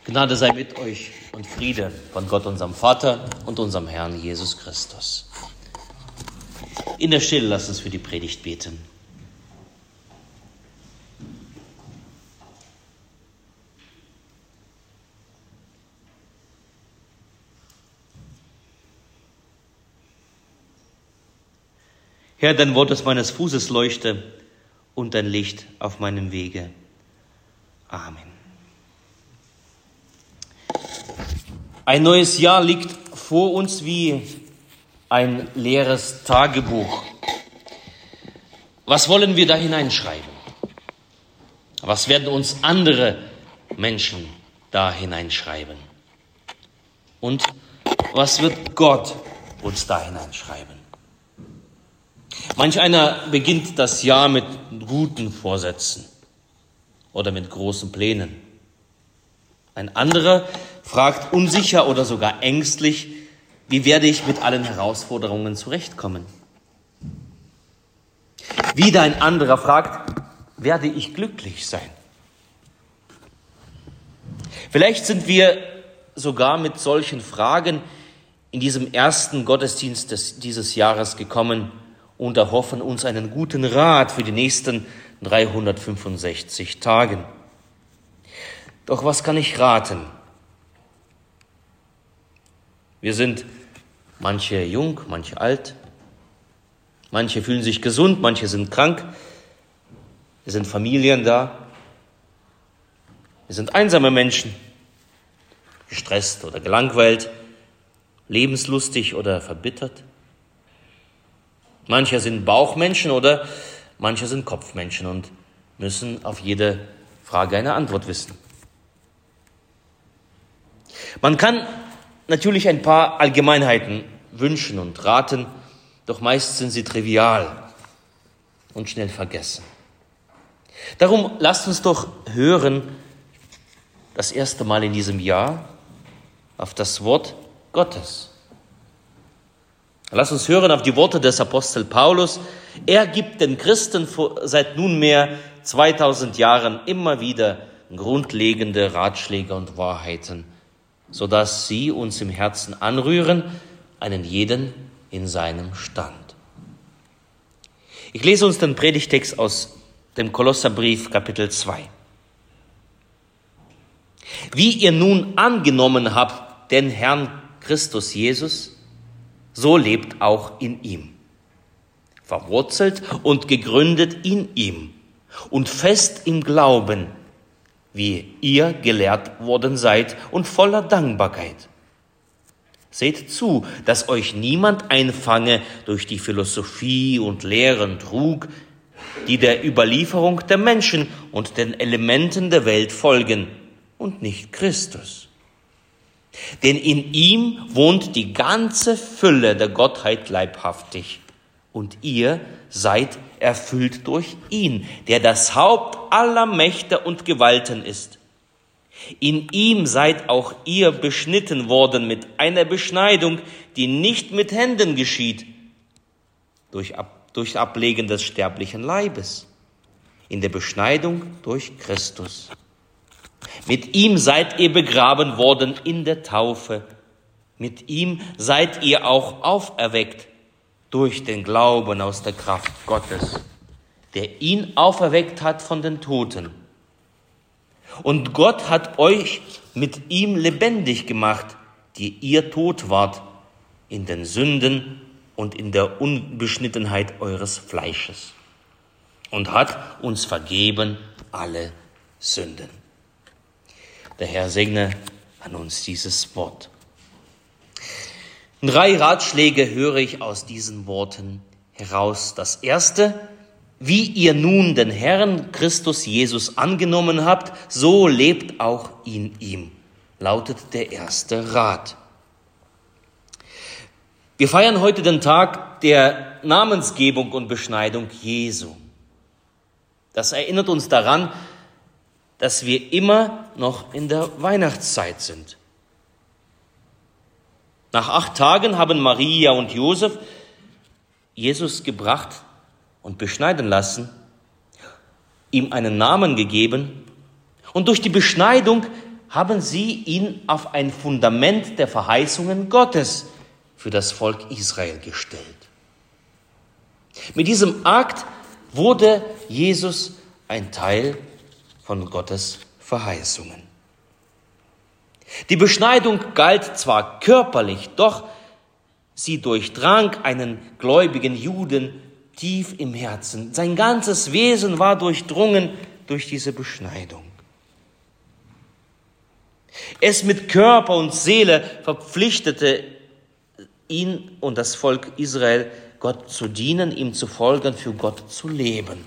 Gnade sei mit euch und Friede von Gott, unserem Vater und unserem Herrn Jesus Christus. In der Stille lasst uns für die Predigt beten. Herr, dein Wort des meines Fußes leuchte und dein Licht auf meinem Wege. Amen. Ein neues Jahr liegt vor uns wie ein leeres Tagebuch. Was wollen wir da hineinschreiben? Was werden uns andere Menschen da hineinschreiben? Und was wird Gott uns da hineinschreiben? Manch einer beginnt das Jahr mit guten Vorsätzen oder mit großen Plänen. Ein anderer fragt unsicher oder sogar ängstlich, wie werde ich mit allen Herausforderungen zurechtkommen? Wieder ein anderer fragt, werde ich glücklich sein? Vielleicht sind wir sogar mit solchen Fragen in diesem ersten Gottesdienst dieses Jahres gekommen und erhoffen uns einen guten Rat für die nächsten 365 Tagen. Doch was kann ich raten? Wir sind manche jung, manche alt, manche fühlen sich gesund, manche sind krank, es sind Familien da, es sind einsame Menschen, gestresst oder gelangweilt, lebenslustig oder verbittert. Manche sind Bauchmenschen oder manche sind Kopfmenschen und müssen auf jede Frage eine Antwort wissen. Man kann natürlich ein paar Allgemeinheiten wünschen und raten, doch meist sind sie trivial und schnell vergessen. Darum lasst uns doch hören, das erste Mal in diesem Jahr, auf das Wort Gottes. Lasst uns hören auf die Worte des Apostel Paulus. Er gibt den Christen seit nunmehr 2000 Jahren immer wieder grundlegende Ratschläge und Wahrheiten, sodass sie uns im Herzen anrühren, einen jeden in seinem Stand. Ich lese uns den Predigtext aus dem Kolosserbrief, Kapitel 2. Wie ihr nun angenommen habt den Herrn Christus Jesus, so lebt auch in ihm, verwurzelt und gegründet in ihm und fest im Glauben, wie ihr gelehrt worden seid und voller Dankbarkeit. Seht zu, dass euch niemand einfange durch die Philosophie und Lehren Trug, die der Überlieferung der Menschen und den Elementen der Welt folgen und nicht Christus. Denn in ihm wohnt die ganze Fülle der Gottheit leibhaftig und ihr seid erfüllt durch ihn, der das Haupt aller Mächte und Gewalten ist. In ihm seid auch ihr beschnitten worden mit einer Beschneidung, die nicht mit Händen geschieht, durch Ablegen des sterblichen Leibes, in der Beschneidung durch Christus. Mit ihm seid ihr begraben worden in der Taufe. Mit ihm seid ihr auch auferweckt durch den Glauben aus der Kraft Gottes, der ihn auferweckt hat von den Toten. Und Gott hat euch mit ihm lebendig gemacht, die ihr tot wart, in den Sünden und in der Unbeschnittenheit eures Fleisches. Und hat uns vergeben alle Sünden. Der Herr segne an uns dieses Wort. 3 Ratschläge höre ich aus diesen Worten heraus. Das erste: Wie ihr nun den Herrn Christus Jesus angenommen habt, so lebt auch in ihm, lautet der erste Rat. Wir feiern heute den Tag der Namensgebung und Beschneidung Jesu. Das erinnert uns daran, dass wir immer noch in der Weihnachtszeit sind. Nach 8 Tagen haben Maria und Josef Jesus gebracht und beschneiden lassen, ihm einen Namen gegeben, und durch die Beschneidung haben sie ihn auf ein Fundament der Verheißungen Gottes für das Volk Israel gestellt. Mit diesem Akt wurde Jesus ein Teil von Gottes Verheißungen. Die Beschneidung galt zwar körperlich, doch sie durchdrang einen gläubigen Juden tief im Herzen. Sein ganzes Wesen war durchdrungen durch diese Beschneidung. Es mit Körper und Seele verpflichtete ihn und das Volk Israel, Gott zu dienen, ihm zu folgen, für Gott zu leben.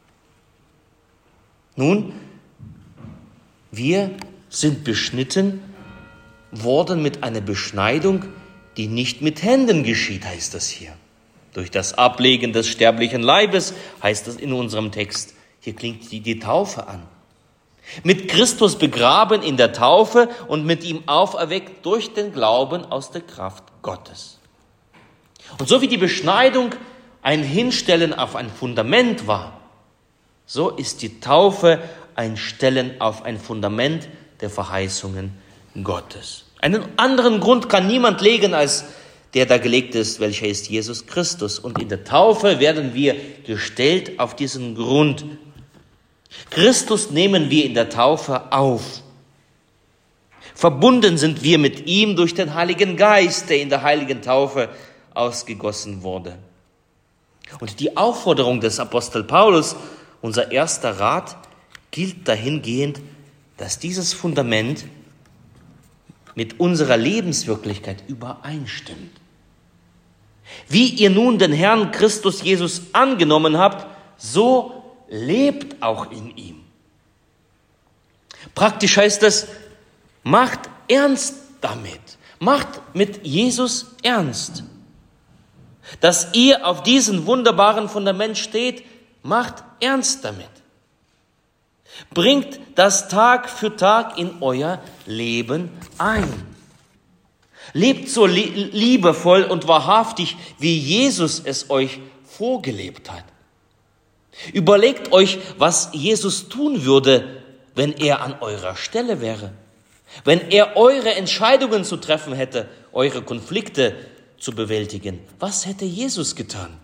Nun, wir sind beschnitten worden mit einer Beschneidung, die nicht mit Händen geschieht, heißt das hier. Durch das Ablegen des sterblichen Leibes, heißt es in unserem Text. Hier klingt die Taufe an. Mit Christus begraben in der Taufe und mit ihm auferweckt durch den Glauben aus der Kraft Gottes. Und so wie die Beschneidung ein Hinstellen auf ein Fundament war, so ist die Taufe ein Stellen auf ein Fundament der Verheißungen Gottes. Einen anderen Grund kann niemand legen, als der da gelegt ist, welcher ist Jesus Christus. Und in der Taufe werden wir gestellt auf diesen Grund. Christus nehmen wir in der Taufe auf. Verbunden sind wir mit ihm durch den Heiligen Geist, der in der heiligen Taufe ausgegossen wurde. Und die Aufforderung des Apostel Paulus, unser erster Rat, gilt dahingehend, dass dieses Fundament mit unserer Lebenswirklichkeit übereinstimmt. Wie ihr nun den Herrn Christus Jesus angenommen habt, so lebt auch in ihm. Praktisch heißt es, macht ernst damit. Macht mit Jesus ernst. Dass ihr auf diesem wunderbaren Fundament steht, macht ernst damit. Bringt das Tag für Tag in euer Leben ein. Lebt so liebevoll und wahrhaftig, wie Jesus es euch vorgelebt hat. Überlegt euch, was Jesus tun würde, wenn er an eurer Stelle wäre. Wenn er eure Entscheidungen zu treffen hätte, eure Konflikte zu bewältigen. Was hätte Jesus getan?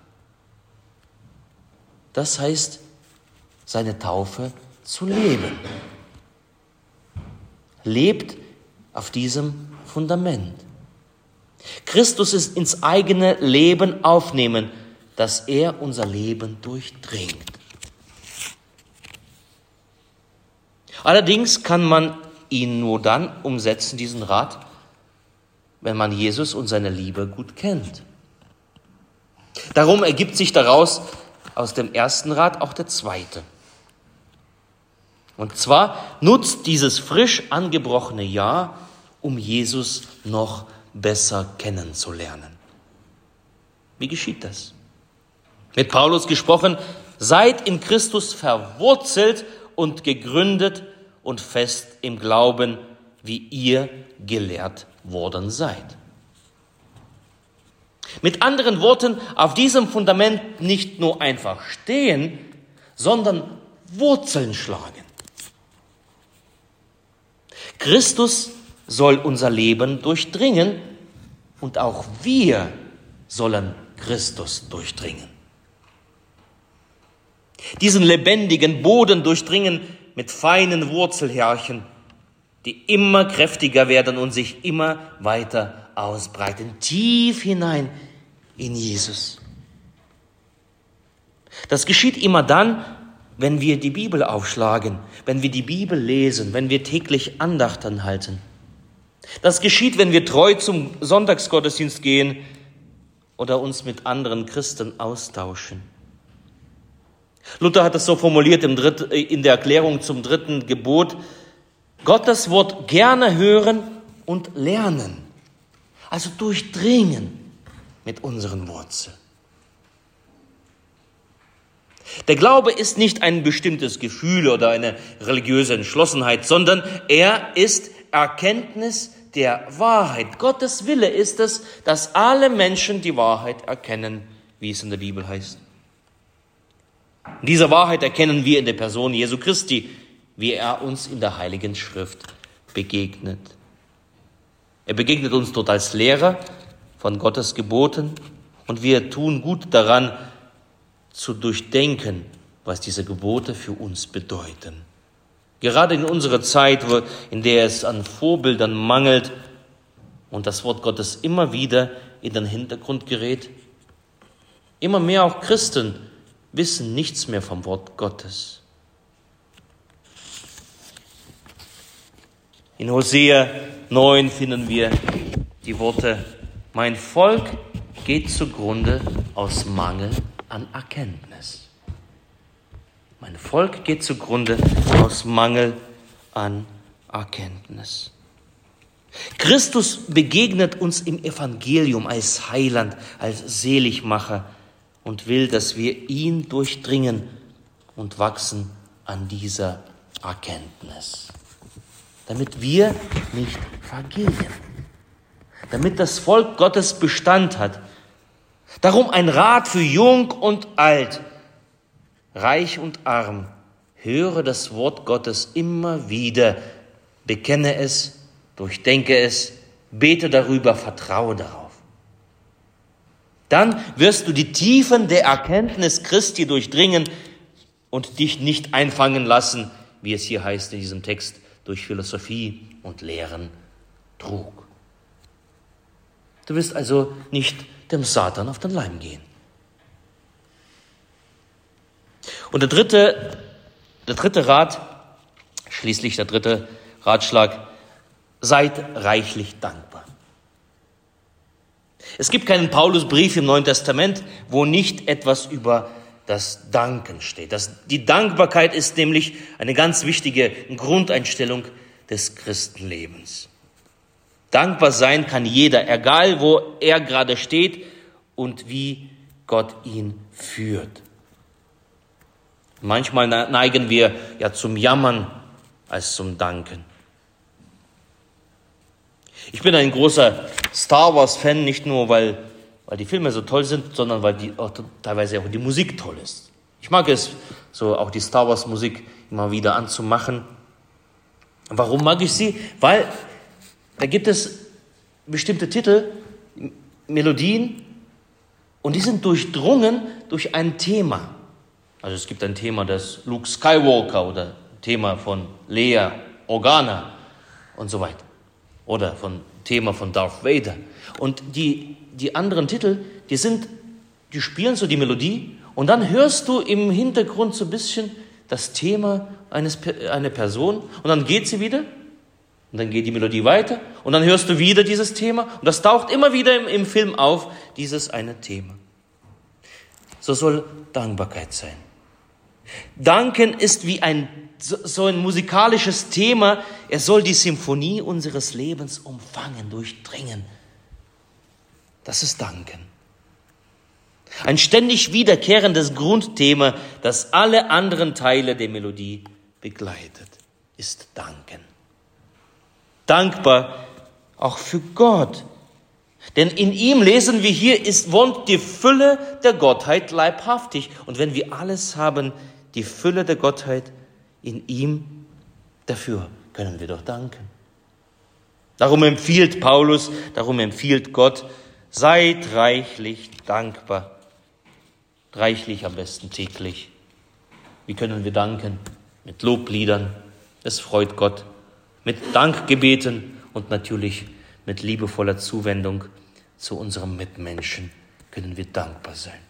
Das heißt, seine Taufe zu leben. Lebt auf diesem Fundament. Christus ist ins eigene Leben aufnehmen, dass er unser Leben durchdringt. Allerdings kann man ihn nur dann umsetzen, diesen Rat, wenn man Jesus und seine Liebe gut kennt. Darum ergibt sich daraus aus dem ersten Rat auch der zweite. Und zwar nutzt dieses frisch angebrochene Jahr, um Jesus noch besser kennenzulernen. Wie geschieht das? Mit Paulus gesprochen, seid in Christus verwurzelt und gegründet und fest im Glauben, wie ihr gelehrt worden seid. Mit anderen Worten, auf diesem Fundament nicht nur einfach stehen, sondern Wurzeln schlagen. Christus soll unser Leben durchdringen und auch wir sollen Christus durchdringen. Diesen lebendigen Boden durchdringen mit feinen Wurzelhärchen, die immer kräftiger werden und sich immer weiter ausbreiten, tief hinein in Jesus. Das geschieht immer dann, wenn wir die Bibel aufschlagen, wenn wir die Bibel lesen, wenn wir täglich Andachten halten. Das geschieht, wenn wir treu zum Sonntagsgottesdienst gehen oder uns mit anderen Christen austauschen. Luther hat es so formuliert in der Erklärung zum 3. Gebot: Gottes Wort gerne hören und lernen, also durchdringen mit unseren Wurzeln. Der Glaube ist nicht ein bestimmtes Gefühl oder eine religiöse Entschlossenheit, sondern er ist Erkenntnis der Wahrheit. Gottes Wille ist es, dass alle Menschen die Wahrheit erkennen, wie es in der Bibel heißt. Diese Wahrheit erkennen wir in der Person Jesu Christi, wie er uns in der Heiligen Schrift begegnet. Er begegnet uns dort als Lehrer von Gottes Geboten und wir tun gut daran, zu durchdenken, was diese Gebote für uns bedeuten. Gerade in unserer Zeit, in der es an Vorbildern mangelt und das Wort Gottes immer wieder in den Hintergrund gerät, immer mehr auch Christen wissen nichts mehr vom Wort Gottes. In Hosea 9 finden wir die Worte: Mein Volk geht zugrunde aus Mangel an Erkenntnis. Mein Volk geht zugrunde aus Mangel an Erkenntnis. Christus begegnet uns im Evangelium als Heiland, als Seligmacher und will, dass wir ihn durchdringen und wachsen an dieser Erkenntnis, damit wir nicht vergehen, damit das Volk Gottes Bestand hat. Darum ein Rat für Jung und Alt, reich und arm: Höre das Wort Gottes immer wieder, bekenne es, durchdenke es, bete darüber, vertraue darauf. Dann wirst du die Tiefen der Erkenntnis Christi durchdringen und dich nicht einfangen lassen, wie es hier heißt in diesem Text, durch Philosophie und Lehren Trug. Du wirst also nicht dem Satan auf den Leim gehen. Und der dritte Rat, schließlich der dritte Ratschlag: Seid reichlich dankbar. Es gibt keinen Paulusbrief im Neuen Testament, wo nicht etwas über das Danken steht. Die Dankbarkeit ist nämlich eine ganz wichtige Grundeinstellung des Christenlebens. Dankbar sein kann jeder, egal wo er gerade steht und wie Gott ihn führt. Manchmal neigen wir ja zum Jammern als zum Danken. Ich bin ein großer Star Wars-Fan, nicht nur, weil die Filme so toll sind, sondern weil teilweise auch die Musik toll ist. Ich mag es, so auch die Star Wars-Musik immer wieder anzumachen. Warum mag ich sie? Weil da gibt es bestimmte Titel, Melodien, und die sind durchdrungen durch ein Thema. Also es gibt ein Thema des Luke Skywalker oder ein Thema von Leia Organa und so weiter. Oder von Thema von Darth Vader. Und die anderen Titel, die spielen so die Melodie und dann hörst du im Hintergrund so ein bisschen das Thema einer Person und dann geht sie wieder und dann geht die Melodie weiter und dann hörst du wieder dieses Thema und das taucht immer wieder im Film auf, dieses eine Thema. So soll Dankbarkeit sein. Danken ist wie so ein musikalisches Thema. Er soll die Symphonie unseres Lebens umfangen, durchdringen. Das ist Danken. Ein ständig wiederkehrendes Grundthema, das alle anderen Teile der Melodie begleitet, ist Danken. Dankbar auch für Gott. Denn in ihm, lesen wir hier, wohnt die Fülle der Gottheit leibhaftig. Und wenn wir alles haben, die Fülle der Gottheit in ihm, dafür können wir doch danken. Darum empfiehlt Gott: Seid reichlich dankbar. Reichlich am besten täglich. Wie können wir danken? Mit Lobliedern, es freut Gott, mit Dankgebeten und natürlich mit liebevoller Zuwendung zu unserem Mitmenschen können wir dankbar sein.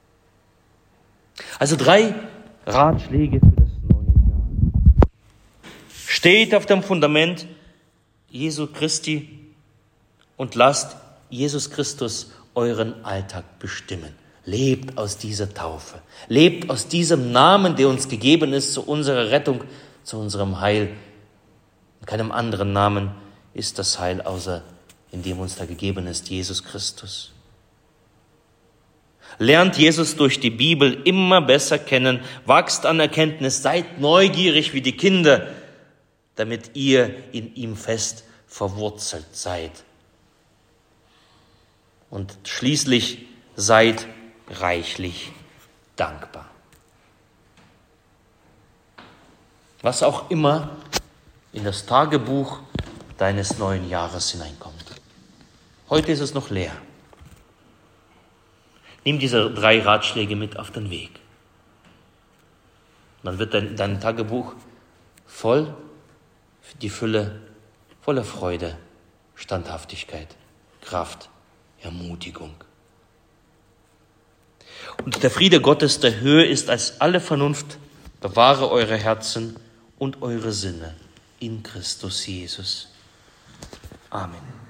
Also 3 Ratschläge für das neue Jahr. Steht auf dem Fundament Jesu Christi und lasst Jesus Christus euren Alltag bestimmen. Lebt aus dieser Taufe. Lebt aus diesem Namen, der uns gegeben ist, zu unserer Rettung, zu unserem Heil. In keinem anderen Namen ist das Heil, außer in dem uns da gegeben ist, Jesus Christus. Lernt Jesus durch die Bibel immer besser kennen, wachst an Erkenntnis, seid neugierig wie die Kinder, damit ihr in ihm fest verwurzelt seid. Und schließlich seid reichlich dankbar. Was auch immer in das Tagebuch deines neuen Jahres hineinkommt. Heute ist es noch leer. Nimm diese 3 Ratschläge mit auf den Weg. Dann wird dein Tagebuch voll, die Fülle, voller Freude, Standhaftigkeit, Kraft, Ermutigung. Und der Friede Gottes, der höher ist als alle Vernunft, bewahre eure Herzen und eure Sinne in Christus Jesus. Amen.